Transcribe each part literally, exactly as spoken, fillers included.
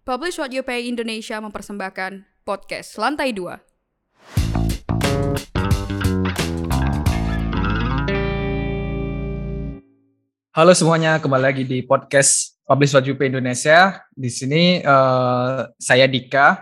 Publish What You Pay Indonesia mempersembahkan podcast Lantai dua. Halo semuanya, kembali lagi di podcast Publish What You Pay Indonesia. Di sini uh, saya Dika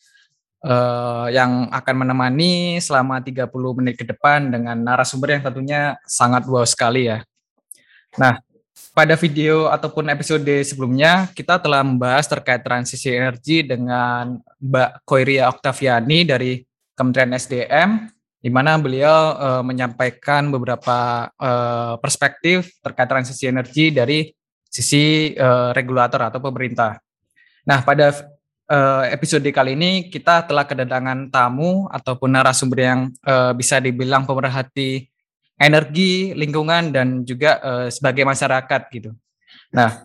uh, yang akan menemani selama tiga puluh menit ke depan dengan narasumber yang tentunya sangat wow sekali ya. Nah, pada video ataupun episode sebelumnya kita telah membahas terkait transisi energi dengan Mbak Khoiria Oktaviani dari Kementerian S D M, di mana beliau uh, menyampaikan beberapa uh, perspektif terkait transisi energi dari sisi uh, regulator atau pemerintah. Nah, pada uh, episode kali ini kita telah kedatangan tamu ataupun narasumber yang uh, bisa dibilang pemerhati energi, lingkungan, dan juga uh, sebagai masyarakat gitu. Nah,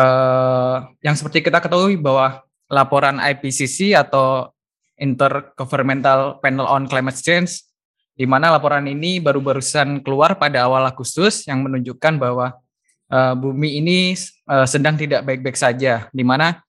uh, yang seperti kita ketahui bahwa laporan I P C C atau Intergovernmental Panel on Climate Change, di mana laporan ini baru-barusan keluar pada awal Agustus yang menunjukkan bahwa uh, bumi ini uh, sedang tidak baik-baik saja, di mana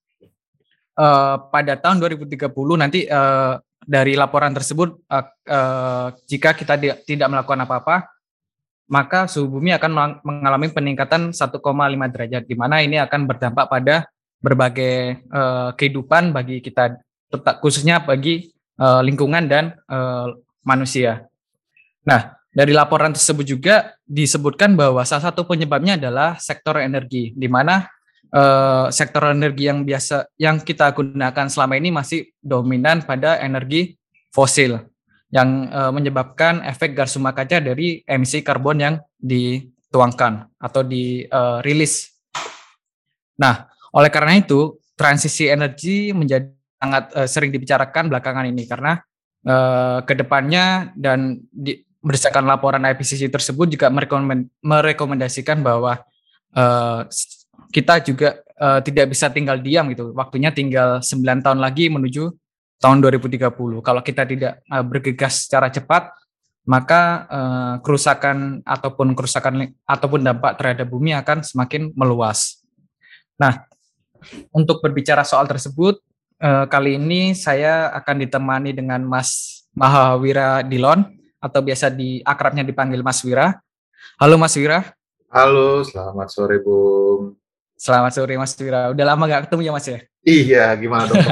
uh, pada tahun dua ribu tiga puluh nanti uh, dari laporan tersebut uh, uh, jika kita di, tidak melakukan apa-apa, maka suhu bumi akan mengalami peningkatan satu koma lima derajat, di mana ini akan berdampak pada berbagai uh, kehidupan bagi kita, khususnya bagi uh, lingkungan dan uh, manusia. Nah, dari laporan tersebut juga disebutkan bahwa salah satu penyebabnya adalah sektor energi, di mana uh, sektor energi yang biasa yang kita gunakan selama ini masih dominan pada energi fosil, yang uh, menyebabkan efek gas rumah kaca dari emisi karbon yang dituangkan atau dirilis. Uh, nah, oleh karena itu, transisi energi menjadi sangat uh, sering dibicarakan belakangan ini, karena uh, ke depannya dan di, berdasarkan laporan I P C C tersebut juga merekomend, merekomendasikan bahwa uh, kita juga uh, tidak bisa tinggal diam gitu. Waktunya tinggal sembilan tahun lagi menuju tahun dua ribu tiga puluh. Kalau kita tidak uh, bergegas secara cepat, maka uh, kerusakan ataupun kerusakan ataupun dampak terhadap bumi akan semakin meluas. Nah, untuk berbicara soal tersebut, uh, kali ini saya akan ditemani dengan Mas Mahawira Dilon, atau biasa di akrabnya dipanggil Mas Wira. Halo Mas Wira. Halo, selamat sore Bung. Selamat sore Mas Wira. Udah lama gak ketemu ya Mas ya? Iya, gimana dong?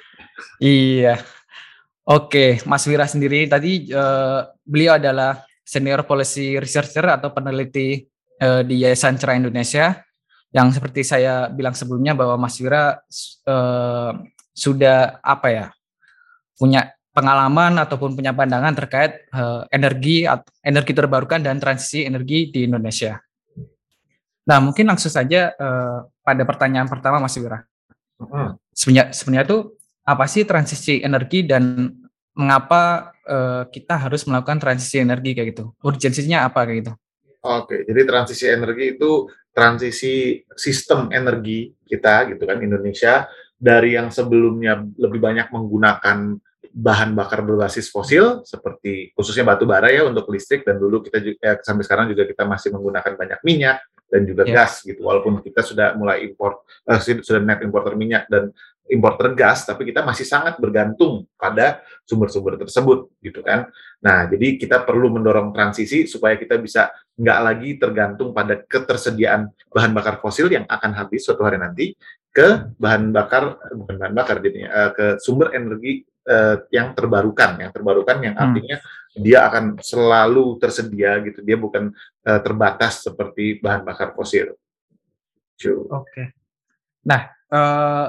Iya, oke, Mas Wira sendiri tadi uh, beliau adalah senior policy researcher atau peneliti uh, di Yayasan Cerah Indonesia, yang seperti saya bilang sebelumnya bahwa Mas Wira uh, sudah apa ya punya pengalaman ataupun punya pandangan terkait uh, energi energi terbarukan dan transisi energi di Indonesia. Nah, mungkin langsung saja uh, pada pertanyaan pertama Mas Wira. Uh-huh. Sebenarnya sebenarnya itu apa sih transisi energi dan mengapa uh, kita harus melakukan transisi energi kayak gitu? Urgensinya apa kayak gitu? Oke, jadi transisi energi itu transisi sistem energi kita gitu kan, Indonesia, dari yang sebelumnya lebih banyak menggunakan bahan bakar berbasis fosil seperti khususnya batu bara ya untuk listrik, dan dulu kita juga ya, sampai sekarang juga kita masih menggunakan banyak minyak dan juga yeah. gas gitu, walaupun kita sudah mulai impor uh, sudah net importer minyak dan importer gas, tapi kita masih sangat bergantung pada sumber-sumber tersebut gitu kan. Nah, jadi kita perlu mendorong transisi supaya kita bisa nggak lagi tergantung pada ketersediaan bahan bakar fosil yang akan habis suatu hari nanti ke bahan bakar bukan bahan bakar jadinya uh, ke sumber energi uh, yang terbarukan, yang terbarukan yang artinya hmm. dia akan selalu tersedia gitu, dia bukan uh, terbatas seperti bahan bakar fosil. Oke. Okay. Nah, uh...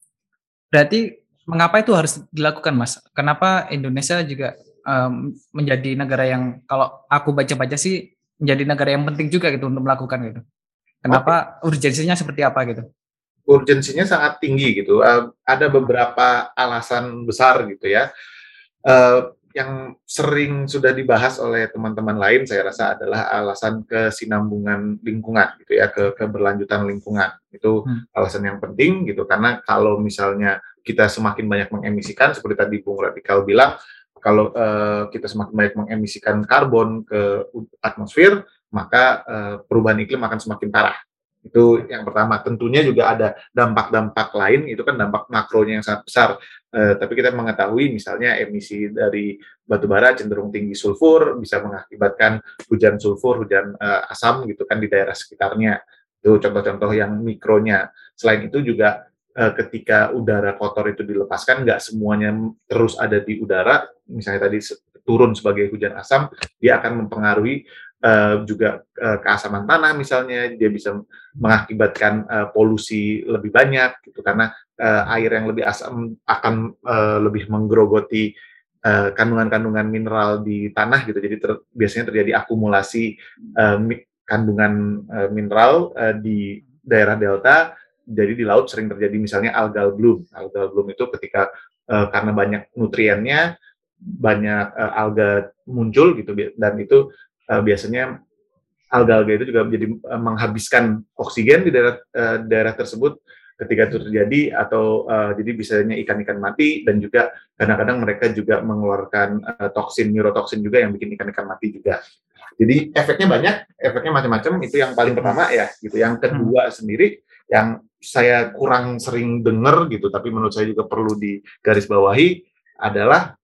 berarti mengapa itu harus dilakukan, Mas? Kenapa Indonesia juga um, menjadi negara yang kalau aku baca-baca sih menjadi negara yang penting juga gitu untuk melakukan gitu. Kenapa okay. urgensinya seperti apa gitu? Urgensinya sangat tinggi gitu. Uh, ada beberapa alasan besar gitu ya. Uh, yang sering sudah dibahas oleh teman-teman lain, saya rasa adalah alasan kesinambungan lingkungan gitu ya, ke keberlanjutan lingkungan. Itu hmm. alasan yang penting gitu, karena kalau misalnya kita semakin banyak mengemisikan, seperti tadi Bung Radikal bilang, kalau uh, kita semakin banyak mengemisikan karbon ke atmosfer, maka uh, perubahan iklim akan semakin parah Itu yang pertama. Tentunya juga ada dampak-dampak lain, itu kan dampak makronya yang sangat besar. Uh, tapi kita mengetahui misalnya emisi dari batu bara cenderung tinggi sulfur, bisa mengakibatkan hujan sulfur, hujan uh, asam gitu kan di daerah sekitarnya. Itu contoh-contoh yang mikronya. Selain itu juga uh, ketika udara kotor itu dilepaskan, nggak semuanya terus ada di udara. Misalnya tadi turun sebagai hujan asam, dia akan mempengaruhi Uh, juga uh, keasaman tanah misalnya, dia bisa mengakibatkan uh, polusi lebih banyak gitu karena uh, air yang lebih asam akan uh, lebih menggerogoti uh, kandungan-kandungan mineral di tanah gitu, jadi ter, biasanya terjadi akumulasi uh, mi, kandungan uh, mineral uh, di daerah delta, jadi di laut sering terjadi misalnya algal bloom. Algal bloom itu ketika uh, karena banyak nutriennya, banyak uh, alga muncul gitu, dan itu Uh, biasanya alga-alga itu juga menjadi uh, menghabiskan oksigen di daerah uh, daerah tersebut ketika itu terjadi, atau uh, jadi bisanya ikan-ikan mati, dan juga kadang-kadang mereka juga mengeluarkan uh, toksin, neurotoksin juga yang bikin ikan-ikan mati juga. Jadi efeknya banyak, efeknya macam-macam. Itu yang paling pertama ya, gitu. Yang kedua sendiri yang saya kurang sering dengar gitu, tapi menurut saya juga perlu digarisbawahi adalah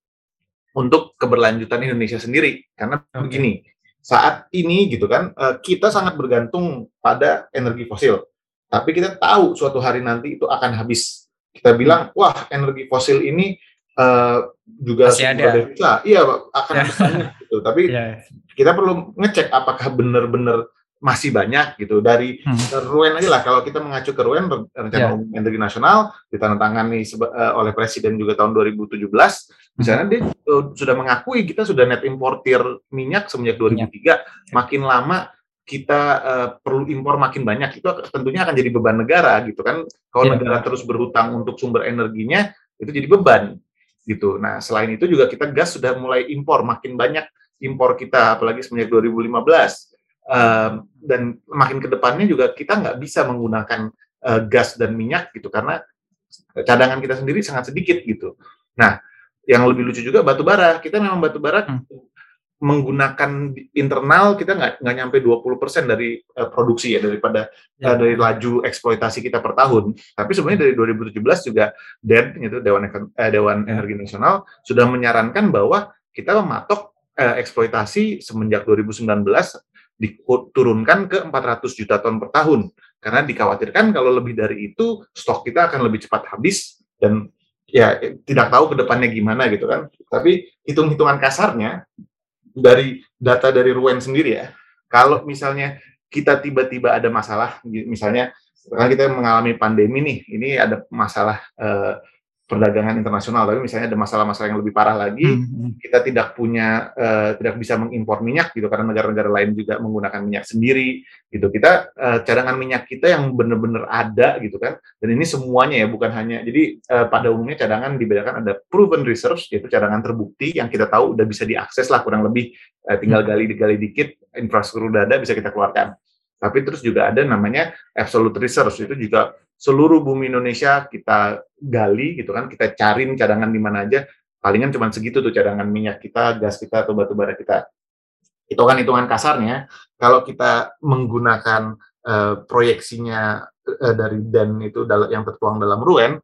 untuk keberlanjutan Indonesia sendiri, karena okay. begini. Saat ini gitu kan, kita sangat bergantung pada energi fosil. Tapi kita tahu suatu hari nanti itu akan habis. Kita bilang, wah energi fosil ini uh, juga sumber devisa. Iya, akan yeah. banyak gitu. Tapi yeah. kita perlu ngecek apakah benar-benar masih banyak gitu. Dari hmm. R U N aja lah, kalau kita mengacu ke R U N, Rencana yeah. Umum Energi Nasional, ditandatangani uh, oleh Presiden juga tahun dua ribu tujuh belas, misalnya dia uh, sudah mengakui kita sudah net importir minyak semenjak dua ribu tiga, yeah. makin lama kita uh, perlu impor makin banyak, itu tentunya akan jadi beban negara gitu kan. Kalau yeah. negara terus berhutang untuk sumber energinya, itu jadi beban gitu. Nah, selain itu juga kita gas sudah mulai impor, makin banyak impor kita, apalagi semenjak dua ribu lima belas. Uh, dan makin ke depannya juga kita nggak bisa menggunakan uh, gas dan minyak gitu, karena cadangan kita sendiri sangat sedikit gitu. Nah, yang lebih lucu juga batu bara. Kita memang batu bara hmm. menggunakan internal kita nggak nggak nyampe dua puluh persen dari uh, produksi ya, daripada ya. uh, dari laju eksploitasi kita per tahun. Tapi sebenarnya dari dua ribu tujuh belas juga D E N gitu, Dewan eh, Dewan ya. Energi Nasional sudah menyarankan bahwa kita mematok uh, eksploitasi semenjak dua ribu sembilan belas diturunkan ke empat ratus juta ton per tahun, karena dikhawatirkan kalau lebih dari itu stok kita akan lebih cepat habis, dan ya tidak tahu ke depannya gimana gitu kan. Tapi hitung-hitungan kasarnya dari data dari R U N sendiri ya, kalau misalnya kita tiba-tiba ada masalah, misalnya karena kita mengalami pandemi nih, ini ada masalah eh, perdagangan internasional, tapi misalnya ada masalah-masalah yang lebih parah lagi, hmm. kita tidak punya, uh, tidak bisa mengimpor minyak gitu, karena negara-negara lain juga menggunakan minyak sendiri gitu. Kita uh, cadangan minyak kita yang benar-benar ada gitu kan, dan ini semuanya ya, bukan hanya, jadi uh, pada umumnya cadangan dibedakan ada proven reserves, yaitu cadangan terbukti yang kita tahu udah bisa diakses lah kurang lebih, uh, tinggal gali-gali dikit, infrastruktur udah ada, bisa kita keluarkan. Tapi terus juga ada namanya absolute reserves, itu juga seluruh bumi Indonesia kita gali gitu kan, kita cari cadangan di mana aja, palingan cuma segitu tuh cadangan minyak kita, gas kita, atau batu bara kita. Itu kan hitungan kasarnya, kalau kita menggunakan uh, proyeksinya uh, dari D E N itu yang tertuang dalam R U N,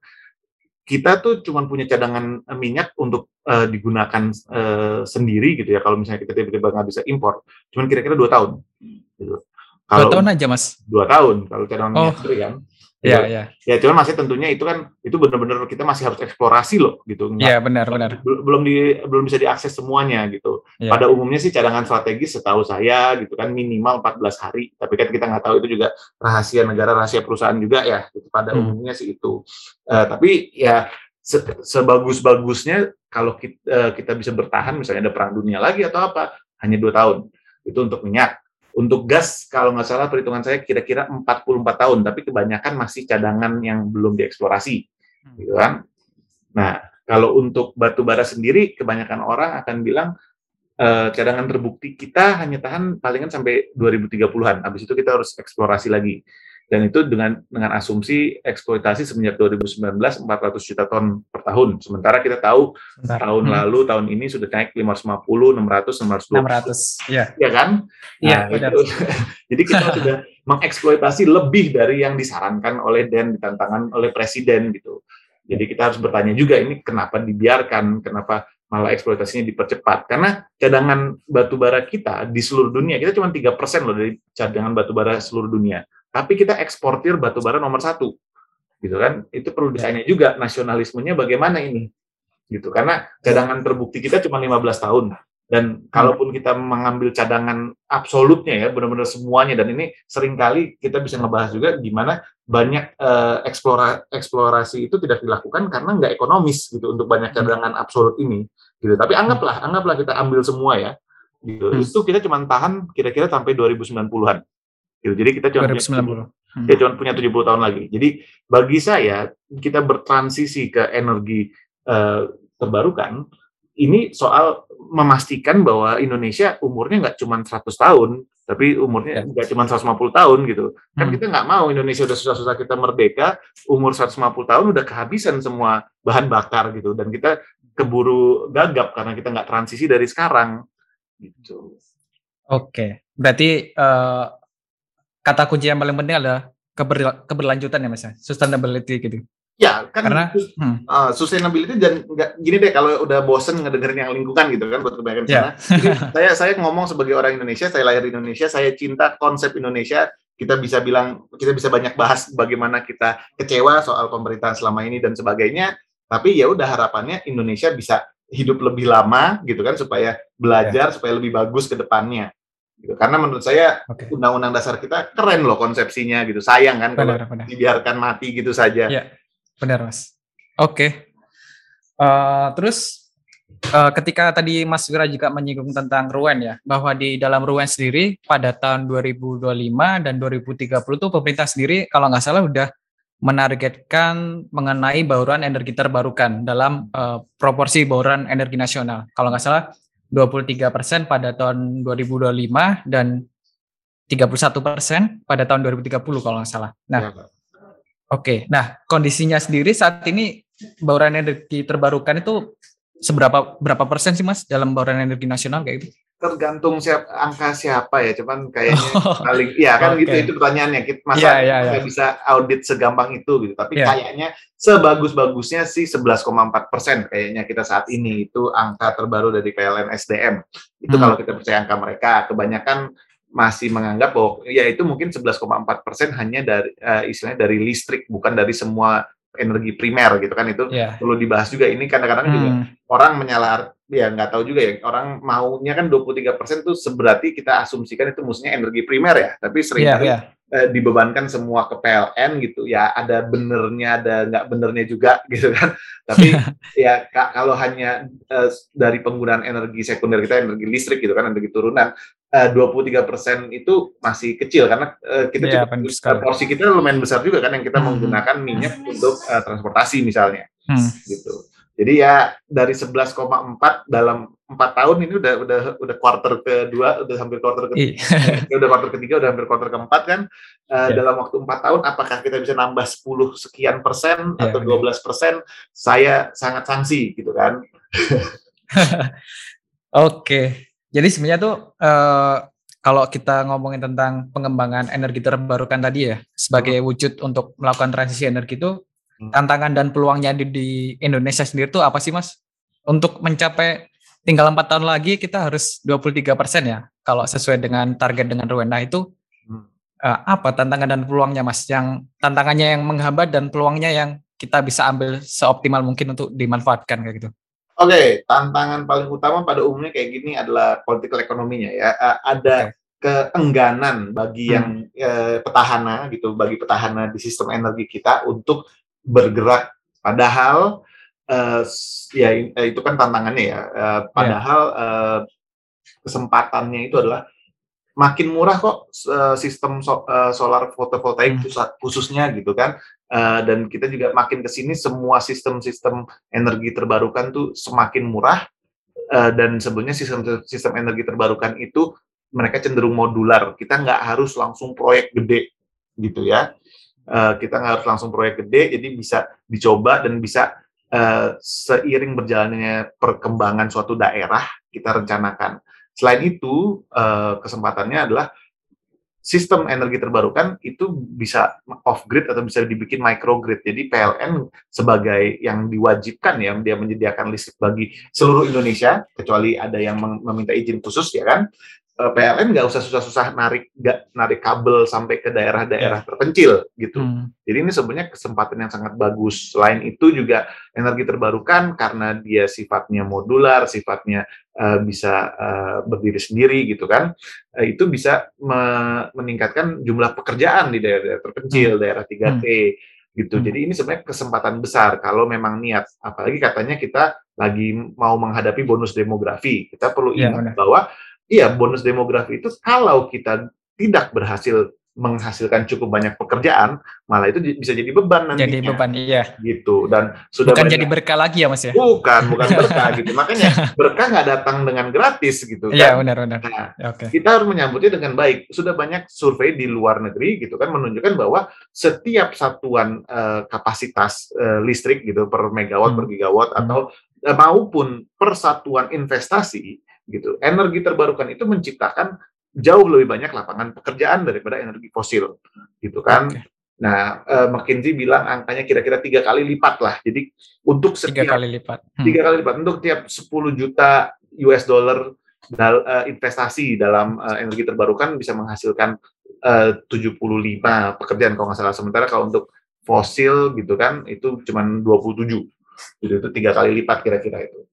kita tuh cuma punya cadangan minyak untuk uh, digunakan uh, sendiri gitu ya, kalau misalnya kita tiba-tiba nggak bisa impor, cuma kira-kira dua tahun. Gitu. Kalau dua tahun aja mas? Dua tahun, kalau cadangan oh. minyak sendiri kan. Iya, iya. Ya, cuman masih tentunya itu kan, itu benar-benar kita masih harus eksplorasi loh, gitu. Iya, benar-benar. Belum di, belum bisa diakses semuanya, gitu. Ya. Pada umumnya sih cadangan strategis setahu saya, gitu kan, minimal empat belas hari. Tapi kan kita nggak tahu, itu juga rahasia negara, rahasia perusahaan juga ya. Gitu. Pada hmm. umumnya sih itu. Uh, tapi ya, se sebagus-bagusnya, kalau kita, uh, kita bisa bertahan, misalnya ada perang dunia lagi atau apa, hanya dua tahun. Itu untuk minyak. Untuk gas, kalau nggak salah perhitungan saya kira-kira empat puluh empat tahun, tapi kebanyakan masih cadangan yang belum dieksplorasi, gitu kan. Nah, kalau untuk batu bara sendiri, kebanyakan orang akan bilang eh, cadangan terbukti kita hanya tahan palingan sampai dua ribu tiga puluhan, habis itu kita harus eksplorasi lagi. Dan itu dengan dengan asumsi eksploitasi semenjak dua ribu sembilan belas empat ratus juta ton per tahun. Sementara kita tahu Bentar. tahun Hmm. lalu, tahun ini sudah naik lima ratus lima puluh, enam ratus, enam ratus dua puluh. enam ratus, ya. Iya kan? Iya, Nah, benar. itu. Jadi kita sudah mengeksploitasi lebih dari yang disarankan oleh dan ditantangkan oleh presiden gitu. Jadi kita harus bertanya juga ini kenapa dibiarkan, kenapa malah eksploitasinya dipercepat. Karena cadangan batu bara kita di seluruh dunia, kita cuma tiga persen loh dari cadangan batu bara seluruh dunia. Tapi kita eksportir batu bara nomor satu. Gitu kan? Itu perlu ditanya juga nasionalismenya bagaimana ini. Gitu. Karena cadangan terbukti kita cuma lima belas tahun. Dan kalaupun kita mengambil cadangan absolutnya ya, benar-benar semuanya, dan ini seringkali kita bisa ngebahas juga gimana banyak uh, eksplora, eksplorasi itu tidak dilakukan karena nggak ekonomis gitu untuk banyak cadangan absolut ini. Gitu. Tapi anggaplah, anggaplah kita ambil semua ya. Gitu. Hmm. Itu kita cuma tahan kira-kira sampai dua ribu sembilan puluhan. Gitu. Jadi kita cuma dua ribu sembilan puluh. Punya, hmm. ya, cuma punya tujuh puluh tahun lagi. Jadi bagi saya kita bertransisi ke energi uh, terbarukan. Ini soal memastikan bahwa Indonesia umurnya nggak cuma seratus tahun, tapi umurnya nggak cuma seratus lima puluh tahun gitu. Kan hmm. kita nggak mau Indonesia udah susah-susah kita merdeka, umur seratus lima puluh tahun udah kehabisan semua bahan bakar gitu. Dan kita keburu gagap karena kita nggak transisi dari sekarang. Gitu. Oke, berarti uh, kata kunci yang paling penting adalah keber- keberlanjutan ya Mas, sustainability gitu. Ya, kan karena hmm. uh, sustainability dan nggak gini deh kalau udah bosen ngedengerin yang lingkungan gitu kan buat kebanyakan yeah. sana. Jadi saya saya ngomong sebagai orang Indonesia, saya lahir di Indonesia, saya cinta konsep Indonesia. Kita bisa bilang kita bisa banyak bahas bagaimana kita kecewa soal pemerintahan selama ini dan sebagainya. Tapi ya udah harapannya Indonesia bisa hidup lebih lama gitu kan supaya belajar yeah. supaya lebih bagus ke depannya. Gitu. Karena menurut saya okay. undang-undang dasar kita keren loh konsepsinya gitu. Sayang kan benar, kalau benar. dibiarkan mati gitu saja. Yeah. Benar Mas. Oke. Okay. Uh, terus uh, ketika tadi Mas Wira juga menyinggung tentang Ruen ya, bahwa di dalam Ruen sendiri pada tahun dua ribu dua puluh lima dan dua ribu tiga puluh tuh pemerintah sendiri kalau nggak salah udah menargetkan mengenai bauran energi terbarukan dalam uh, proporsi bauran energi nasional. Kalau nggak salah dua puluh tiga persen pada tahun dua ribu dua puluh lima dan tiga puluh satu persen pada tahun dua ribu tiga puluh kalau nggak salah. Nah. Ya. Oke, nah kondisinya sendiri saat ini bauran energi terbarukan itu seberapa berapa persen sih Mas dalam bauran energi nasional kayak gitu? Tergantung siap angka siapa ya, cuman kayaknya oh, paling ya kan okay. gitu itu pertanyaannya. Masa yeah, yeah, kita yeah. bisa audit segampang itu gitu, tapi yeah. kayaknya sebagus-bagusnya sih sebelas koma empat persen kayaknya kita saat ini itu angka terbaru dari P L N S D M. Itu hmm. kalau kita percaya angka mereka, kebanyakan masih menganggap bahwa ya itu mungkin sebelas koma empat persen hanya dari uh, istilahnya dari listrik, bukan dari semua energi primer gitu kan. Itu yeah. perlu dibahas juga. Ini kadang-kadang hmm. juga orang menyalah ya nggak tahu juga ya, orang maunya kan dua puluh tiga persen itu seberarti kita asumsikan itu mestinya energi primer ya, tapi seringkali yeah, yeah. Eh, dibebankan semua ke P L N gitu ya, ada benernya ada nggak benernya juga gitu kan. Tapi ya ka- kalau hanya eh, dari penggunaan energi sekunder kita, energi listrik gitu kan, energi turunan, eh, dua puluh tiga persen itu masih kecil karena eh, kita yeah, juga porsi kita lumayan besar juga kan yang kita hmm. menggunakan minyak untuk eh, transportasi misalnya hmm. gitu. Jadi ya dari sebelas koma empat dalam empat tahun ini udah udah udah kuarter kedua, udah hampir kuarter ketiga, udah kuarter ketiga, udah hampir kuarter keempat kan. Uh, yeah. Dalam waktu empat tahun, apakah kita bisa nambah sepuluh sekian persen yeah, atau dua belas persen? Saya sangat sangsi gitu kan. Oke, jadi sebenarnya tuh uh, kalau kita ngomongin tentang pengembangan energi terbarukan tadi ya, sebagai hmm. wujud untuk melakukan transisi energi itu, tantangan dan peluangnya di, di Indonesia sendiri tuh apa sih Mas? Untuk mencapai tinggal empat tahun lagi kita harus dua puluh tiga persen ya kalau sesuai dengan target dengan Ruen. Nah itu hmm. uh, apa tantangan dan peluangnya Mas? Yang tantangannya yang menghambat dan peluangnya yang kita bisa ambil seoptimal mungkin untuk dimanfaatkan kayak gitu. Oke, okay, tantangan paling utama pada umumnya kayak gini adalah political ekonominya ya. Uh, ada okay. keengganan bagi hmm. yang uh, petahana gitu, bagi petahana di sistem energi kita untuk bergerak, padahal uh, ya itu kan tantangannya ya, uh, padahal uh, kesempatannya itu adalah makin murah kok uh, sistem so, uh, solar fotovoltaik hmm. khususnya gitu kan, uh, dan kita juga makin kesini semua sistem-sistem energi terbarukan tuh semakin murah, uh, dan sebenarnya sistem sistem energi terbarukan itu mereka cenderung modular, kita nggak harus langsung proyek gede. gitu ya. Uh, kita nggak harus langsung proyek gede, jadi bisa dicoba dan bisa uh, seiring berjalannya perkembangan suatu daerah kita rencanakan. Selain itu, uh, kesempatannya adalah sistem energi terbarukan itu bisa off-grid atau bisa dibikin microgrid. Jadi P L N sebagai yang diwajibkan ya, dia menyediakan listrik bagi seluruh Indonesia, kecuali ada yang meminta izin khusus ya kan. P L N nggak usah susah-susah narik nggak narik kabel sampai ke daerah-daerah yeah. terpencil gitu. Hmm. Jadi ini sebenarnya kesempatan yang sangat bagus. Selain itu juga energi terbarukan karena dia sifatnya modular, sifatnya uh, bisa uh, berdiri sendiri gitu kan. Uh, itu bisa me- meningkatkan jumlah pekerjaan di daerah-daerah terpencil, hmm. daerah tiga T hmm. gitu. Hmm. Jadi ini sebenarnya kesempatan besar kalau memang niat. Apalagi katanya kita lagi mau menghadapi bonus demografi. Kita perlu ingat yeah, bahwa iya, bonus demografi itu kalau kita tidak berhasil menghasilkan cukup banyak pekerjaan, malah itu bisa jadi beban nantinya. Jadi beban, iya. Gitu. Dan sudah bukan banyak, jadi berkah lagi ya, Mas ya? Bukan, bukan berkah gitu. Makanya berkah nggak datang dengan gratis gitu kan. Iya, benar-benar. Nah, okay. Kita harus menyambutnya dengan baik. Sudah banyak survei di luar negeri gitu kan menunjukkan bahwa setiap satuan uh, kapasitas uh, listrik gitu per megawatt, hmm. per gigawatt hmm. atau uh, maupun per satuan investasi gitu. Energi terbarukan itu menciptakan jauh lebih banyak lapangan pekerjaan daripada energi fosil, gitu kan. Okay. Nah, uh, McKinsey bilang angkanya kira-kira tiga kali lipat lah. Jadi untuk setiap tiga kali lipat, hmm. tiga kali lipat untuk tiap sepuluh juta U S dollar dal, uh, investasi dalam uh, energi terbarukan bisa menghasilkan uh, tujuh puluh lima pekerjaan kalau nggak salah. Sementara kalau untuk fosil gitu kan itu cuma dua puluh tujuh. Jadi itu tiga kali lipat kira-kira itu.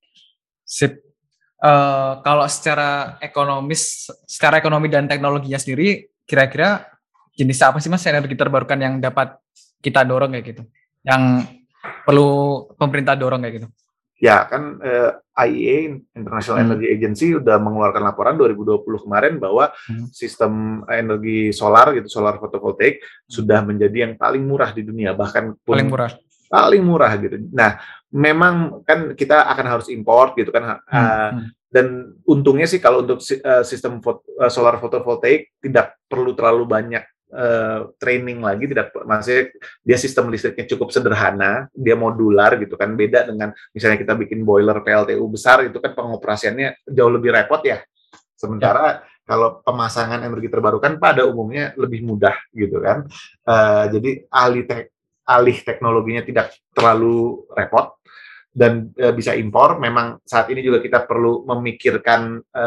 Sip. Uh, kalau secara ekonomis, secara ekonomi dan teknologinya sendiri, kira-kira jenis apa sih Mas energi terbarukan yang dapat kita dorong kayak gitu? Yang perlu pemerintah dorong kayak gitu? Ya kan eh, I E A International hmm. Energy Agency udah mengeluarkan laporan dua ribu dua puluh kemarin bahwa hmm. sistem energi solar gitu, solar fotovoltaik hmm. sudah menjadi yang paling murah di dunia, bahkan pun paling murah. paling murah gitu. Nah, memang kan kita akan harus import gitu kan. Hmm. Uh, dan untungnya sih kalau untuk uh, sistem fot- uh, solar fotovoltaik tidak perlu terlalu banyak uh, training lagi. Tidak, maksudnya dia sistem listriknya cukup sederhana, dia modular gitu kan. Beda dengan misalnya kita bikin boiler P L T U besar itu kan pengoperasiannya jauh lebih repot ya. Sementara ya. Kalau pemasangan energi terbarukan pada umumnya lebih mudah gitu kan. Uh, jadi ahli te- alih teknologinya tidak terlalu repot dan e, bisa impor. Memang saat ini juga kita perlu memikirkan e,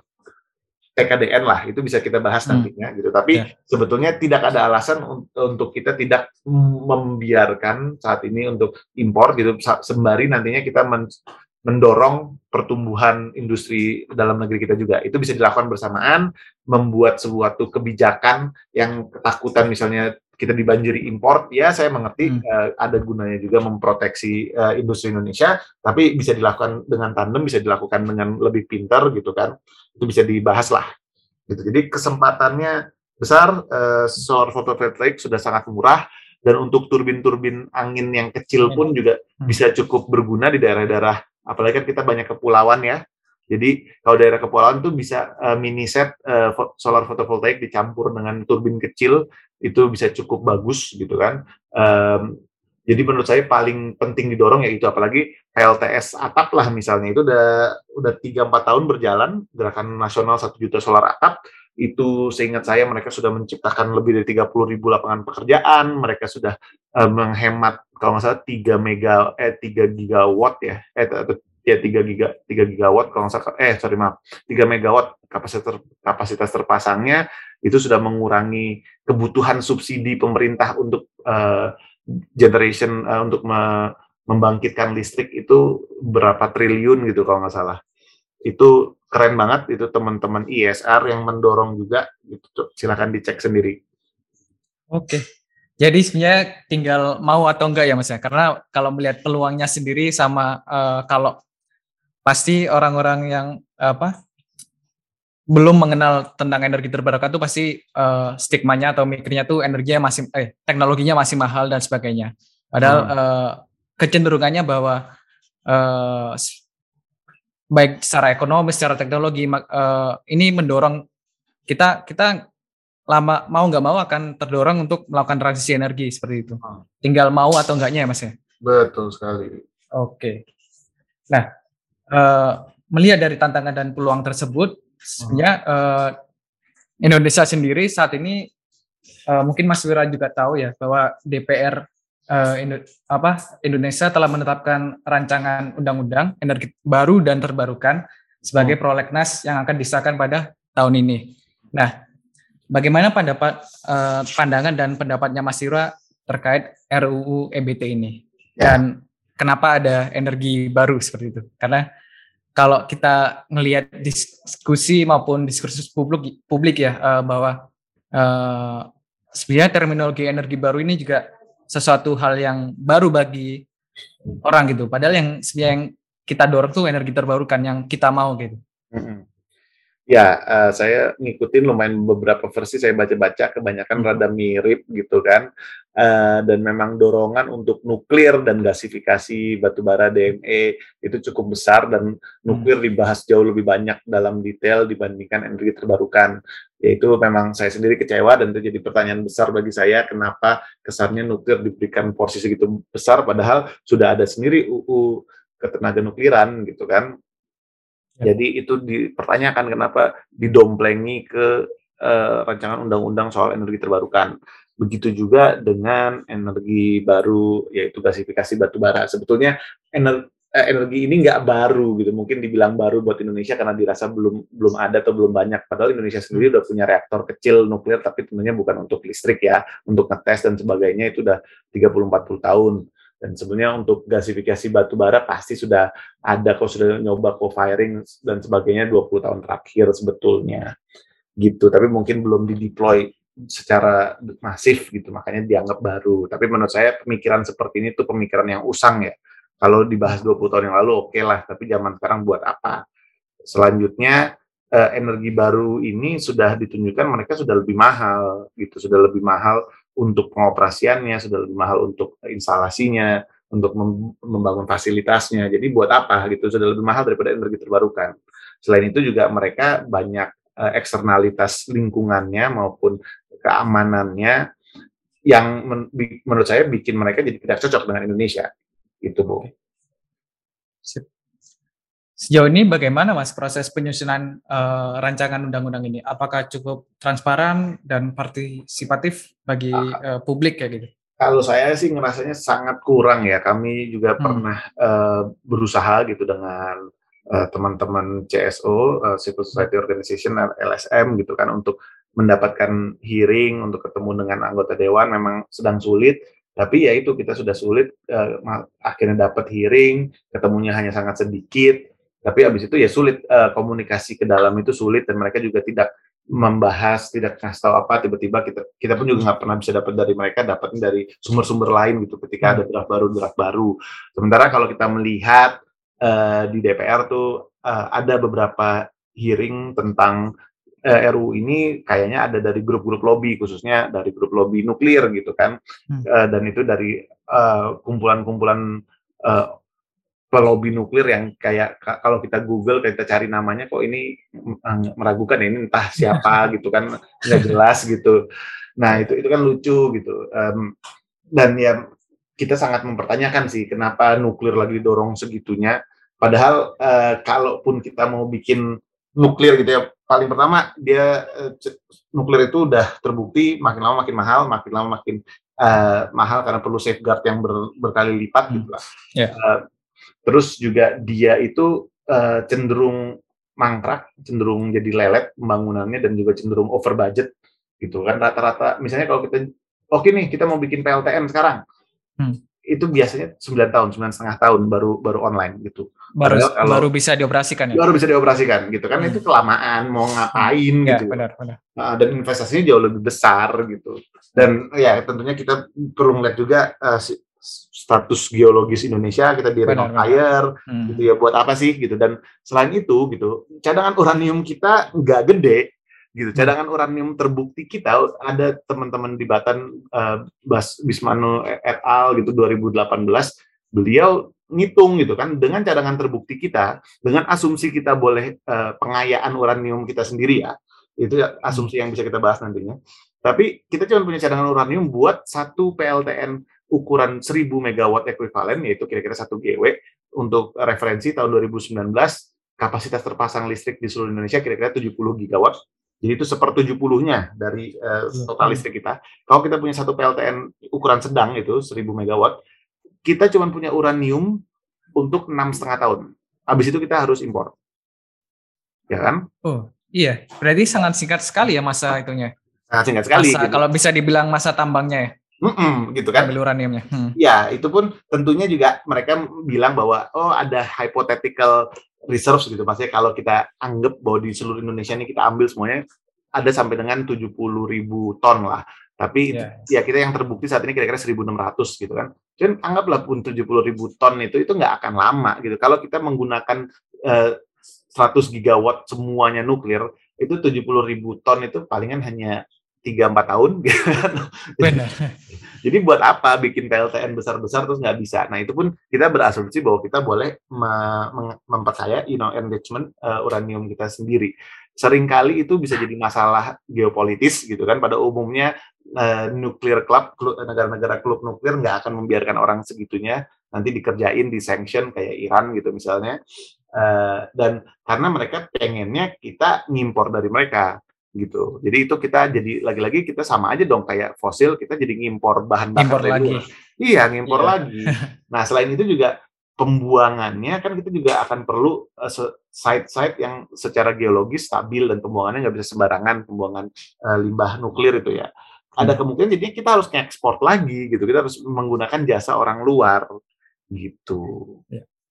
T K D N lah, itu bisa kita bahas hmm. nantinya gitu. Tapi yeah. sebetulnya tidak ada alasan un- untuk kita tidak membiarkan saat ini untuk impor gitu, sembari nantinya kita men- mendorong pertumbuhan industri dalam negeri kita juga. Itu bisa dilakukan bersamaan, membuat suatu kebijakan yang ketakutan misalnya kita dibanjiri impor, ya saya mengerti hmm. uh, ada gunanya juga memproteksi uh, industri Indonesia, tapi bisa dilakukan dengan tandem, bisa dilakukan dengan lebih pintar gitu kan, itu bisa dibahas lah. Gitu. Jadi kesempatannya besar, uh, solar fotovoltaik sudah sangat murah, dan untuk turbin-turbin angin yang kecil pun juga hmm. bisa cukup berguna di daerah-daerah, apalagi kan kita banyak kepulauan ya. Jadi kalau daerah kepulauan tuh bisa uh, mini set uh, solar fotovoltaik dicampur dengan turbin kecil, itu bisa cukup bagus gitu kan. Um, jadi menurut saya paling penting didorong ya itu, apalagi P L T S atap lah misalnya, itu udah udah tiga empat tahun berjalan gerakan nasional satu juta solar atap. Itu seingat saya mereka sudah menciptakan lebih dari tiga puluh ribu lapangan pekerjaan, mereka sudah uh, menghemat kalau nggak salah tiga mega eh tiga gigawatt ya eh ya tiga giga tiga gigawatt kalau nggak salah eh sorry maaf tiga megawatt kapasitas kapasitas terpasangnya, itu sudah mengurangi kebutuhan subsidi pemerintah untuk uh, generation uh, untuk me- membangkitkan listrik itu berapa triliun gitu kalau nggak salah. Itu keren banget, itu teman-teman I S R yang mendorong juga gitu. Silakan dicek sendiri. Oke. Jadi sebenarnya tinggal mau atau enggak ya Mas ya. Karena kalau melihat peluangnya sendiri sama uh, kalau pasti orang-orang yang apa belum mengenal tentang energi terbarukan tuh pasti uh, stigmanya atau mikirnya tuh energinya masih eh teknologinya masih mahal dan sebagainya. Padahal hmm. uh, kecenderungannya bahwa uh, baik secara ekonomi, secara teknologi uh, ini mendorong kita kita lama mau nggak mau akan terdorong untuk melakukan transisi energi seperti itu. Hmm. Tinggal mau atau enggaknya ya Mas ya? Betul sekali. Oke. Nah, uh, melihat dari tantangan dan peluang tersebut, sebenarnya uh, Indonesia sendiri saat ini uh, mungkin Mas Wira juga tahu ya bahwa D P R uh, Indo- apa, Indonesia telah menetapkan rancangan undang-undang energi baru dan terbarukan sebagai hmm. prolegnas yang akan disahkan pada tahun ini. Nah, bagaimana pendapat uh, pandangan dan pendapatnya Mas Wira terkait R U U E B T ini? Ya. Dan kenapa ada energi baru seperti itu? Karena kalau kita ngelihat diskusi maupun diskursus publik publik ya uh, bahwa uh, sebenarnya terminologi energi baru ini juga sesuatu hal yang baru bagi orang gitu. Padahal yang sebenarnya yang kita dorong tuh energi terbarukan yang kita mau gitu. Mm-hmm. Ya, uh, saya ngikutin lumayan beberapa versi, saya baca-baca, kebanyakan hmm. rada mirip gitu kan. Uh, dan memang dorongan untuk nuklir dan gasifikasi batubara D M E itu cukup besar, dan nuklir dibahas jauh lebih banyak dalam detail dibandingkan energi terbarukan. Yaitu memang saya sendiri kecewa, dan itu jadi pertanyaan besar bagi saya, kenapa kesannya nuklir diberikan porsi segitu besar, padahal sudah ada sendiri U U ketenaga nukliran gitu kan. Jadi itu dipertanyakan kenapa didomplengi ke uh, rancangan undang-undang soal energi terbarukan. Begitu juga dengan energi baru, yaitu gasifikasi batubara. Sebetulnya energi, eh, energi ini nggak baru gitu. Mungkin dibilang baru buat Indonesia karena dirasa belum belum ada atau belum banyak. Padahal Indonesia sendiri udah punya reaktor kecil nuklir, tapi tentunya bukan untuk listrik ya, untuk ngetes dan sebagainya itu udah tiga puluh sampai empat puluh tahun. Dan sebenarnya untuk gasifikasi batu bara pasti sudah ada, kalau sudah nyoba co-firing dan sebagainya dua puluh tahun terakhir sebetulnya gitu, tapi mungkin belum dideploy secara masif gitu, makanya dianggap baru. Tapi menurut saya pemikiran seperti ini tuh pemikiran yang usang ya. Kalau dibahas dua puluh tahun yang lalu oke okay lah, tapi zaman sekarang buat apa? Selanjutnya eh, energi baru ini sudah ditunjukkan mereka sudah lebih mahal gitu, sudah lebih mahal untuk pengoperasiannya, sudah lebih mahal untuk instalasinya, untuk membangun fasilitasnya. Jadi buat apa gitu, sudah lebih mahal daripada energi terbarukan. Selain itu juga mereka banyak uh, eksternalitas lingkungannya maupun keamanannya yang men- menurut saya bikin mereka jadi tidak cocok dengan Indonesia. Gitu, Bu. Sejauh ini bagaimana Mas proses penyusunan uh, rancangan undang-undang ini? Apakah cukup transparan dan partisipatif bagi uh, publik kayak gitu? Kalau saya sih ngerasanya sangat kurang ya. Kami juga hmm. pernah uh, berusaha gitu dengan uh, teman-teman C S O, uh, Civil Society Organization, L S M gitu kan, untuk mendapatkan hearing, untuk ketemu dengan anggota dewan, memang sedang sulit. Tapi ya itu, kita sudah sulit, uh, akhirnya dapat hearing, ketemunya hanya sangat sedikit. Tapi habis itu ya sulit, uh, komunikasi ke dalam itu sulit, dan mereka juga tidak membahas, tidak kasih tahu apa, tiba-tiba kita kita pun juga nggak pernah bisa dapat dari mereka, dapatnya dari sumber-sumber lain gitu ketika ada draft baru draft baru. Sementara kalau kita melihat uh, di D P R tuh uh, ada beberapa hearing tentang uh, R U U ini, kayaknya ada dari grup-grup lobby, khususnya dari grup lobby nuklir gitu kan, hmm. uh, dan itu dari uh, kumpulan-kumpulan uh, pelobi nuklir yang kayak kalau kita Google, kita cari namanya, kok ini meragukan ya, ini entah siapa gitu kan, nggak jelas gitu. Nah itu itu kan lucu gitu, um, dan ya kita sangat mempertanyakan sih kenapa nuklir lagi didorong segitunya. Padahal uh, kalaupun kita mau bikin nuklir gitu ya, paling pertama dia uh, nuklir itu udah terbukti makin lama makin mahal, makin lama makin uh, mahal karena perlu safeguard yang ber, berkali lipat hmm. gitu lah. Yeah. Uh, Terus juga dia itu uh, cenderung mangkrak, cenderung jadi lelet pembangunannya, dan juga cenderung over budget gitu kan. Rata-rata misalnya kalau kita oke okay nih kita mau bikin P L T N sekarang, hmm. itu biasanya sembilan tahun, sembilan setengah tahun baru baru online gitu. Baru kalau, baru bisa dioperasikan ya. Baru bisa dioperasikan gitu kan, hmm. itu kelamaan mau ngapain hmm. gitu. Ya, benar, benar. Nah, dan investasinya jauh lebih besar gitu. Dan ya tentunya kita perlu melihat juga uh, status geologis Indonesia, kita di ring of fire hmm. gitu ya, buat apa sih gitu. Dan selain itu gitu, cadangan uranium kita nggak gede gitu. Cadangan hmm. uranium terbukti kita, ada teman-teman di Batan, uh, Bas Bismano et al gitu dua ribu delapan belas, beliau ngitung gitu kan, dengan cadangan terbukti kita, dengan asumsi kita boleh uh, pengayaan uranium kita sendiri ya, Itu ya asumsi yang bisa kita bahas nantinya. Tapi kita cuma punya cadangan uranium buat satu P L T N ukuran seribu megawatt ekuivalen, yaitu kira-kira satu gigawatt. Untuk referensi tahun dua ribu sembilan belas, kapasitas terpasang listrik di seluruh Indonesia kira-kira tujuh puluh gigawatt. Jadi itu sepertujuh puluhnya dari uh, total listrik kita. Kalau kita punya satu P L T N ukuran sedang itu seribu megawatt, kita cuma punya uranium untuk enam setengah tahun. Habis itu kita harus impor. Ya kan? Oh, iya. Berarti sangat singkat sekali ya masa itunya. Sangat singkat sekali. Masa, gitu. Kalau bisa dibilang masa tambangnya ya. Mm-mm, gitu kan? Ambil uraniumnya. Hmm. Ya, itu pun tentunya juga mereka bilang bahwa oh ada hypothetical reserves gitu. Maksudnya kalau kita anggap bahwa di seluruh Indonesia ini kita ambil semuanya ada sampai dengan tujuh puluh ribu ton lah. Tapi yeah. ya kita yang terbukti saat ini kira-kira seribu enam ratus gitu kan. Dan anggaplah pun tujuh puluh ribu ton itu itu nggak akan lama gitu. Kalau kita menggunakan uh, seratus gigawatt semuanya nuklir, itu tujuh puluh ribu ton itu palingan hanya tiga sampai empat tahun gitu kan. Benar. Jadi buat apa bikin P L T N besar-besar terus nggak bisa? Nah itu pun kita berasumsi bahwa kita boleh me- memperkaya you know, enrichment uh, uranium kita sendiri. Seringkali itu bisa jadi masalah geopolitis gitu kan. Pada umumnya uh, nuklir club, klub, negara-negara klub nuklir nggak akan membiarkan orang segitunya nanti dikerjain di sanction kayak Iran gitu misalnya. Uh, dan karena mereka pengennya kita ngimpor dari mereka. Gitu. Jadi itu kita jadi lagi-lagi kita sama aja dong kayak fosil, kita jadi ngimpor bahan bakar dari luar. Iya, ngimpor iya. lagi. Nah, selain itu juga pembuangannya kan kita juga akan perlu uh, site-site yang secara geologis stabil dan pembuangannya nggak bisa sembarangan, pembuangan uh, limbah nuklir itu ya. Ada kemungkinan jadinya kita harus ngekspor lagi gitu. Kita harus menggunakan jasa orang luar gitu.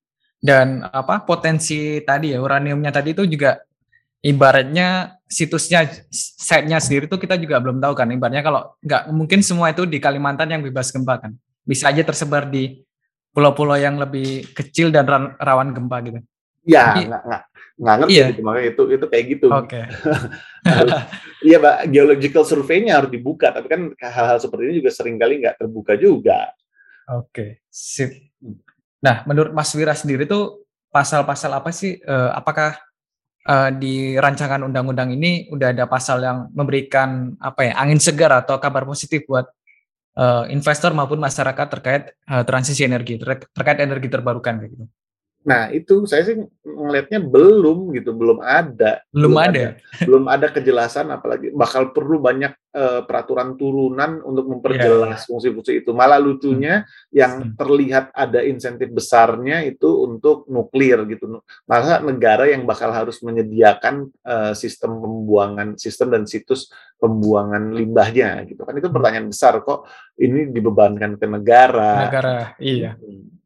Dan apa potensi tadi ya uraniumnya tadi itu juga ibaratnya situsnya, site-nya sendiri tuh kita juga belum tahu kan. Ibaratnya kalau nggak mungkin semua itu di Kalimantan yang bebas gempa kan. Bisa aja tersebar di pulau-pulau yang lebih kecil dan rawan gempa gitu. Ya, nggak nggak nggak ngerti iya. gitu, makanya itu itu kayak gitu. Oke. Okay. Iya, Pak, geological survey-nya harus dibuka, tapi kan hal-hal seperti ini juga seringkali nggak terbuka juga. Oke, okay. Sip. Nah, menurut Mas Wira sendiri tuh pasal-pasal apa sih? Uh, apakah Uh, di rancangan undang-undang ini udah ada pasal yang memberikan apa ya angin segar atau kabar positif buat uh, investor maupun masyarakat terkait uh, transisi energi ter- terkait energi terbarukan kayak gitu. Nah itu saya sih ngelihatnya belum gitu, belum ada, belum, belum ada, ada. belum ada kejelasan, apalagi bakal perlu banyak uh, peraturan turunan untuk memperjelas yeah. fungsi-fungsi itu. Malah lucunya hmm. yang hmm. terlihat ada insentif besarnya itu untuk nuklir gitu. Malah negara yang bakal harus menyediakan uh, sistem pembuangan, sistem dan situs pembuangan limbahnya gitu kan. Itu pertanyaan besar, kok ini dibebankan ke negara. Negara, iya. Hmm.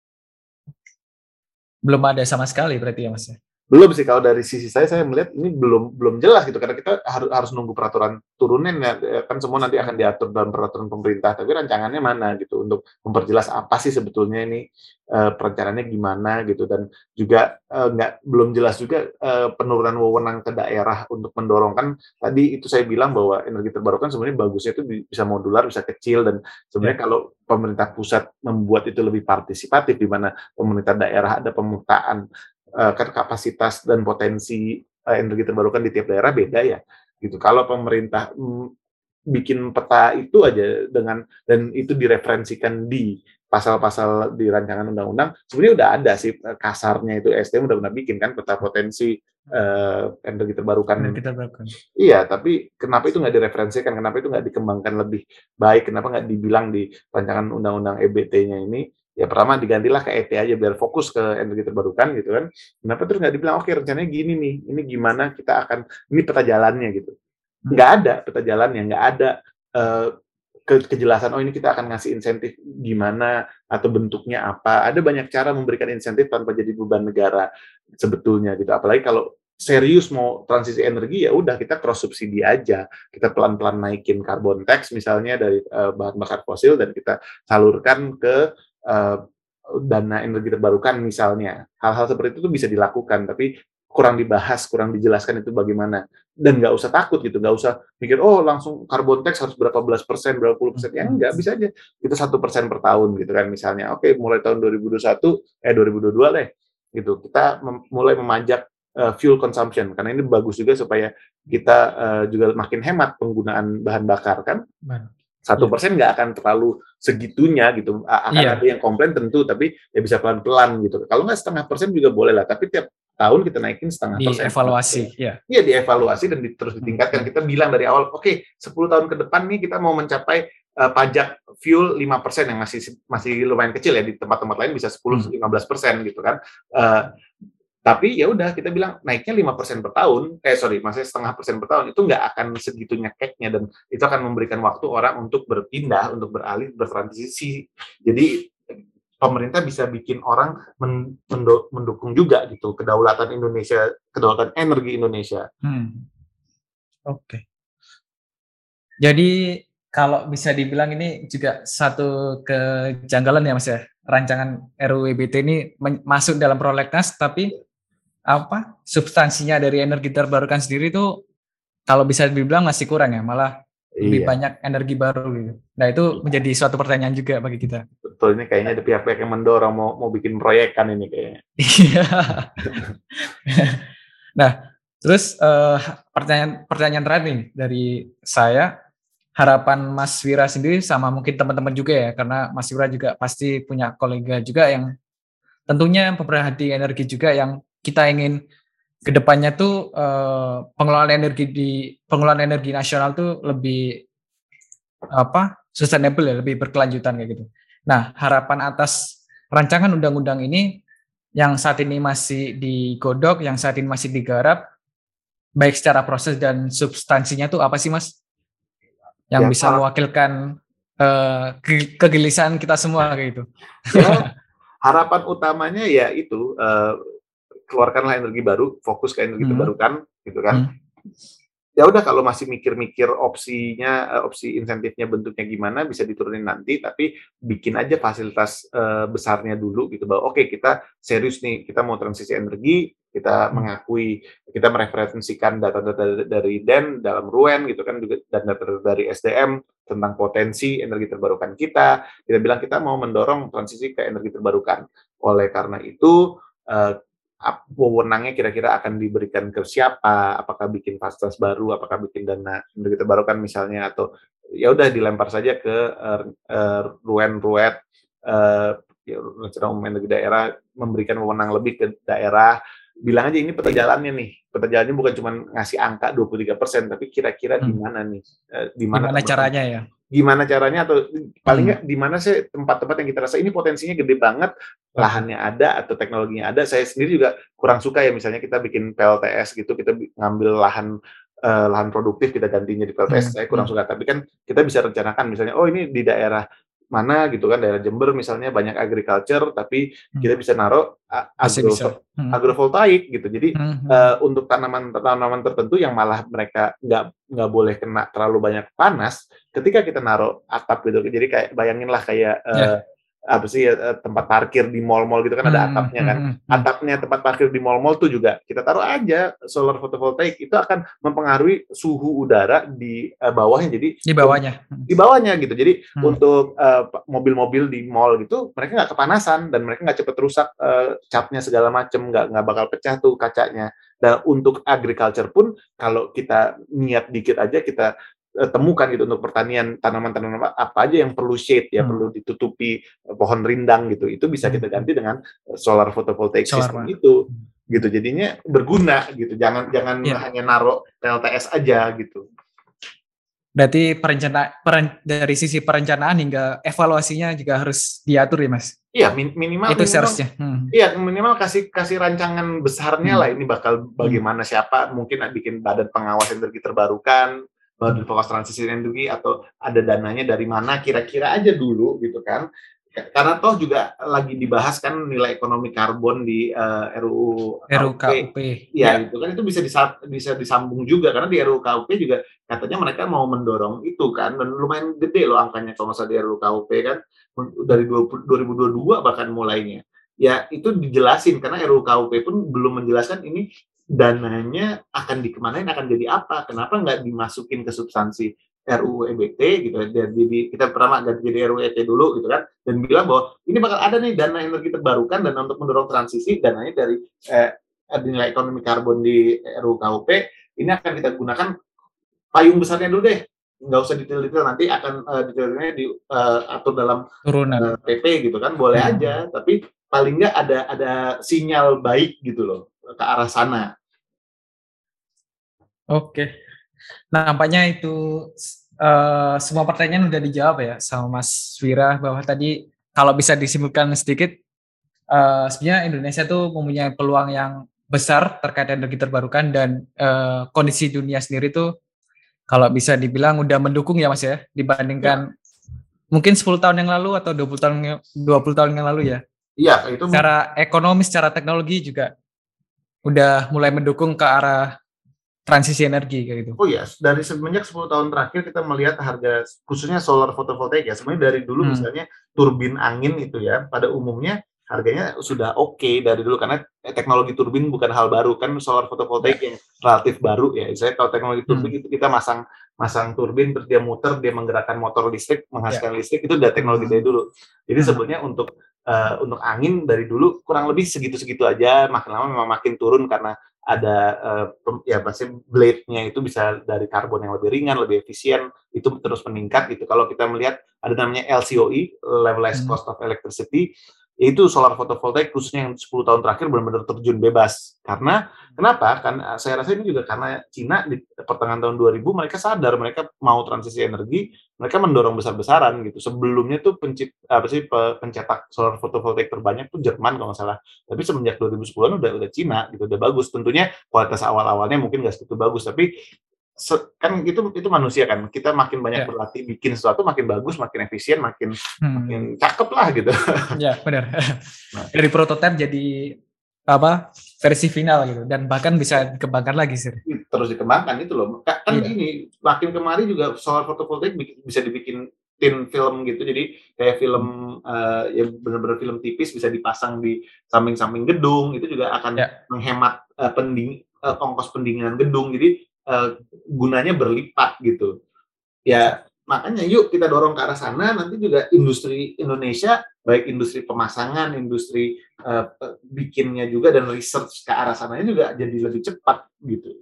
Belum ada sama sekali berarti ya Mas? Belum sih, kalau dari sisi saya saya melihat ini belum belum jelas gitu, karena kita harus harus nunggu peraturan turunan ya, kan semua nanti akan diatur dalam peraturan pemerintah, tapi rancangannya mana gitu untuk memperjelas apa sih sebetulnya ini uh, perencanaannya gimana gitu, dan juga uh, nggak belum jelas juga uh, penurunan wewenang ke daerah untuk mendorongkan. Tadi itu saya bilang bahwa energi terbarukan sebenarnya bagusnya itu bisa modular, bisa kecil, dan sebenarnya yeah. kalau pemerintah pusat membuat itu lebih partisipatif, di mana pemerintah daerah ada pemetaan uh, kan kapasitas dan potensi uh, energi terbarukan di tiap daerah beda ya gitu. Kalau pemerintah mm, bikin peta itu aja dengan dan itu direferensikan di pasal-pasal di rancangan undang-undang, sebenarnya udah ada sih kasarnya itu S D M udah pernah bikin kan peta potensi uh, energi terbarukan. Energi terbarukan. Iya, tapi kenapa itu nggak direferensikan? Kenapa itu nggak dikembangkan lebih baik? Kenapa nggak dibilang di rancangan undang-undang E B T-nya ini? Ya pertama digantilah ke E T aja biar fokus ke energi terbarukan gitu kan. Kenapa terus nggak dibilang oke okay, rencananya gini nih, ini gimana kita akan, ini peta jalannya gitu. Nggak ada peta jalannya, nggak ada uh, ke- kejelasan, oh ini kita akan ngasih insentif gimana atau bentuknya apa. Ada banyak cara memberikan insentif tanpa jadi beban negara sebetulnya gitu. Apalagi kalau serius mau transisi energi, ya udah kita cross subsidi aja. Kita pelan-pelan naikin carbon tax misalnya dari uh, bahan bakar fosil dan kita salurkan ke Uh, dana energi terbarukan misalnya. Hal-hal seperti itu tuh bisa dilakukan, tapi kurang dibahas, kurang dijelaskan itu bagaimana. Dan nggak usah takut gitu, nggak usah mikir, oh langsung carbon tax harus berapa belas persen, berapa puluh persen. Ya nggak, bisa aja. Itu satu persen per tahun gitu kan misalnya. Oke, mulai tahun dua ribu dua puluh satu, eh dua ribu dua puluh dua deh. Gitu. Kita mem- mulai memajak uh, fuel consumption, karena ini bagus juga supaya kita uh, juga makin hemat penggunaan bahan bakar kan. Satu persen nggak akan terlalu segitunya gitu, akan yeah. ada yang komplain tentu, tapi ya bisa pelan-pelan gitu. Kalau nggak setengah persen juga boleh lah, tapi tiap tahun kita naikin setengah di persen. Dievaluasi, ya. Iya, dievaluasi dan di, terus ditingkatkan. Hmm. Kita bilang dari awal, oke, okay, sepuluh tahun ke depan nih kita mau mencapai uh, pajak fuel lima persen yang masih masih lumayan kecil ya, di tempat-tempat lain bisa sepuluh sampai lima belas persen gitu kan. Uh, tapi ya udah kita bilang naiknya lima persen per tahun, eh sorry, masih setengah persen per tahun, itu nggak akan segitunya cake-nya, dan itu akan memberikan waktu orang untuk berpindah, untuk beralih, bertransisi. Jadi pemerintah bisa bikin orang mendukung juga gitu kedaulatan Indonesia, kedaulatan energi Indonesia. Hmm. Oke. Okay. Jadi kalau bisa dibilang ini juga satu kejanggalan ya Mas ya, rancangan R U U E B T ini masuk dalam prolegnas, tapi apa substansinya dari energi terbarukan sendiri itu kalau bisa dibilang masih kurang ya, malah lebih iya. banyak energi baru gitu. Nah itu iya. menjadi suatu pertanyaan juga bagi kita. Betul, ini kayaknya ada pihak-pihak yang mendorong mau mau bikin proyek kan ini kayaknya. Iya. Nah terus uh, pertanyaan pertanyaan terakhir nih dari saya, harapan Mas Wira sendiri sama mungkin teman-teman juga ya, karena Mas Wira juga pasti punya kolega juga yang tentunya pemerhati energi juga, yang kita ingin kedepannya tuh uh, pengelolaan energi di pengelolaan energi nasional tuh lebih apa sustainable ya, lebih berkelanjutan kayak gitu. Nah harapan atas rancangan undang-undang ini yang saat ini masih digodok, yang saat ini masih digarap, baik secara proses dan substansinya tuh apa sih Mas? Yang ya, bisa harap, mewakilkan uh, ke- kegelisahan kita semua kayak gitu. Ya, harapan utamanya ya itu uh, keluarkanlah energi baru, fokus ke energi hmm. terbarukan, gitu kan. Hmm. Ya udah kalau masih mikir-mikir opsinya, opsi insentifnya bentuknya gimana bisa diturunin nanti, tapi bikin aja fasilitas uh, besarnya dulu gitu, bahwa oke okay, kita serius nih, kita mau transisi energi, kita hmm. mengakui, kita mereferensikan data-data dari D E N dalam R U E N gitu kan, juga dan data dari S D M tentang potensi energi terbarukan kita. Kita bilang kita mau mendorong transisi ke energi terbarukan. Oleh karena itu uh, wewenangnya kira-kira akan diberikan ke siapa, apakah bikin fasilitas baru, apakah bikin dana energi terbarukan misalnya, atau ya udah dilempar saja ke uh, uh, R U E N R U E T, uh, ya, rencana umum energi daerah, memberikan wewenang lebih ke daerah, bilang aja ini peta jalannya nih, peta jalannya bukan cuma ngasih angka dua puluh tiga persen, tapi kira-kira hmm. di mana nih, uh, di mana caranya ya, gimana caranya, atau paling nggak hmm. di mana sih tempat-tempat yang kita rasa ini potensinya gede banget, lahannya ada atau teknologinya ada. Saya sendiri juga kurang suka ya misalnya kita bikin P L T S gitu, kita ngambil lahan uh, lahan produktif kita gantinya di P L T S, hmm. saya kurang hmm. suka. Tapi kan kita bisa rencanakan misalnya, oh ini di daerah mana gitu kan, daerah Jember misalnya banyak agriculture, tapi hmm. kita bisa naruh agro, hmm. agrovoltaik gitu. Jadi hmm. uh, untuk tanaman-tanaman tertentu yang malah mereka nggak nggak boleh kena terlalu banyak panas, ketika kita naruh atap gitu. Jadi kayak bayanginlah kayak uh, yeah. apa sih ya, tempat parkir di mall-mall gitu kan, ada atapnya kan, atapnya tempat parkir di mall-mall tuh juga kita taruh aja solar fotovoltaik, itu akan mempengaruhi suhu udara di uh, bawahnya, jadi di bawahnya di bawahnya gitu, jadi hmm. untuk uh, mobil-mobil di mall gitu mereka nggak kepanasan dan mereka nggak cepet rusak uh, catnya segala macem, nggak nggak bakal pecah tuh kacanya. Dan untuk agriculture pun kalau kita niat dikit aja kita temukan gitu untuk pertanian, tanaman-tanaman apa aja yang perlu shade ya, hmm. perlu ditutupi pohon rindang gitu, itu bisa kita ganti dengan solar photovoltaic system itu gitu, jadinya berguna gitu, jangan jangan yeah. hanya naruh P L T S aja gitu. Berarti perencana peren, dari sisi perencanaan hingga evaluasinya juga harus diatur ya Mas? Iya, min, minimal itu minimal, seharusnya. Hmm. Iya, minimal kasih kasih rancangan besarnya hmm. lah, ini bakal bagaimana, hmm. siapa mungkin bikin badan pengawas energi terbarukan, badan fokus transisi energi, atau ada dananya dari mana kira-kira aja dulu gitu kan, karena toh juga lagi dibahas kan nilai ekonomi karbon di uh, R U U R U U K U P ya, ya itu kan, itu bisa disam, bisa disambung juga karena di R U U K U P juga katanya mereka mau mendorong itu kan, dan lumayan gede loh angkanya kalau nggak salah di R U U K U P kan, dari dua ribu dua puluh dua bahkan mulainya ya, itu dijelasin karena R U U K U P pun belum menjelaskan ini dananya akan dikemanain, akan jadi apa, kenapa nggak dimasukin ke substansi R U U E B T gitu, jadi kita pertama ganti jadi R U U E T dulu gitu kan, dan bilang bahwa ini bakal ada nih dana energi terbarukan, dan untuk mendorong transisi dananya dari eh, nilai ekonomi karbon di R U U K U P, ini akan kita gunakan payung besarnya dulu deh, nggak usah detail-detail, nanti akan uh, detailnya diatur uh, dalam uh, P P gitu kan, boleh hmm. aja, tapi paling nggak ada ada sinyal baik gitu loh ke arah sana. Oke, nah nampaknya itu uh, semua pertanyaan udah dijawab ya sama Mas Wira, bahwa tadi kalau bisa disimpulkan sedikit, uh, sebenarnya Indonesia tuh mempunyai peluang yang besar terkait energi terbarukan, dan uh, kondisi dunia sendiri tuh kalau bisa dibilang udah mendukung ya Mas ya, dibandingkan ya. Mungkin sepuluh tahun yang lalu atau dua puluh tahun dua puluh tahun yang lalu ya. Iya, itu secara ekonomi, secara teknologi juga udah mulai mendukung ke arah transisi energi kayak gitu. Oh ya, dari semenjak sepuluh tahun terakhir kita melihat harga khususnya solar fotovoltaik ya. Sebenarnya dari dulu hmm. misalnya turbin angin itu ya, pada umumnya harganya sudah oke okay dari dulu, karena teknologi turbin bukan hal baru, kan solar fotovoltaik ya. yang relatif baru ya. Saya kalau teknologi turbin hmm. itu kita masang masang turbin, terus dia muter, dia menggerakkan motor listrik, menghasilkan ya. listrik, itu udah teknologi hmm. dari dulu. Jadi hmm. sebenarnya untuk uh, untuk angin dari dulu kurang lebih segitu-segitu aja, makin lama memang makin turun karena ada uh, ya pasti blade-nya itu bisa dari karbon yang lebih ringan, lebih efisien, itu terus meningkat gitu. Kalau kita melihat ada namanya L C O E, Levelized hmm. Cost of Electricity, yaitu solar fotovoltaik khususnya yang sepuluh tahun terakhir benar-benar terjun bebas. Karena kenapa? Kan saya rasa ini juga karena Cina di pertengahan tahun dua ribu mereka sadar mereka mau transisi energi, mereka mendorong besar-besaran gitu. Sebelumnya tuh pencipt, apa sih pencetak solar fotovoltaik terbanyak tuh Jerman kalau nggak salah. Tapi semenjak dua ribu sepuluhan udah udah Cina gitu, udah bagus. Tentunya kualitas awal-awalnya mungkin nggak segitu bagus, tapi kan itu itu manusia kan, kita makin banyak yeah. berlatih bikin sesuatu makin bagus, makin efisien, makin hmm. makin cakep lah gitu. Ya yeah, benar. Nah. Dari prototipe jadi apa versi final gitu, dan bahkan bisa dikembangkan lagi sih. Terus dikembangkan itu loh. Kan yeah. ini makin kemari juga solar fotovoltaik bisa dibikin tin film gitu, jadi kayak film hmm. uh, ya benar-benar film tipis bisa dipasang di samping-samping gedung, itu juga akan yeah. menghemat uh, pending uh, ongkos pendinginan gedung, jadi Uh, gunanya berlipat gitu. Ya makanya yuk kita dorong ke arah sana, nanti juga industri Indonesia, baik industri pemasangan, industri uh, bikinnya juga, dan research ke arah sananya juga jadi lebih cepat gitu.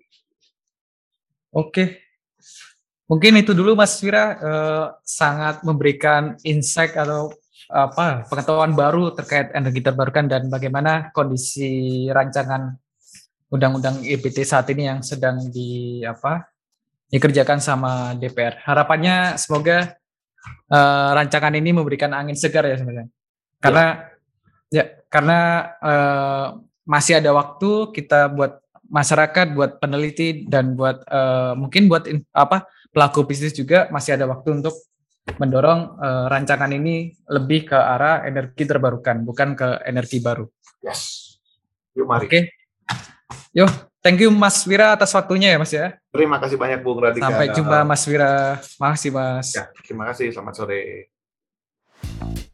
Oke. Mungkin itu dulu Mas Wira, uh, sangat memberikan insight atau apa pengetahuan baru terkait energi terbarukan dan bagaimana kondisi rancangan Undang-Undang E B T saat ini yang sedang di apa dikerjakan sama D P R. Harapannya semoga uh, rancangan ini memberikan angin segar ya sebenarnya. Karena ya, ya karena uh, masih ada waktu kita buat masyarakat, buat peneliti, dan buat uh, mungkin buat in, apa pelaku bisnis juga masih ada waktu untuk mendorong uh, rancangan ini lebih ke arah energi terbarukan, bukan ke energi baru. Yes. Yuk mari. Oke. Okay. Yo, thank you Mas Wira atas waktunya ya Mas ya. Terima kasih banyak Bung Radika. Sampai jumpa Mas Wira. Makasih Mas. Ya, terima kasih. Selamat sore.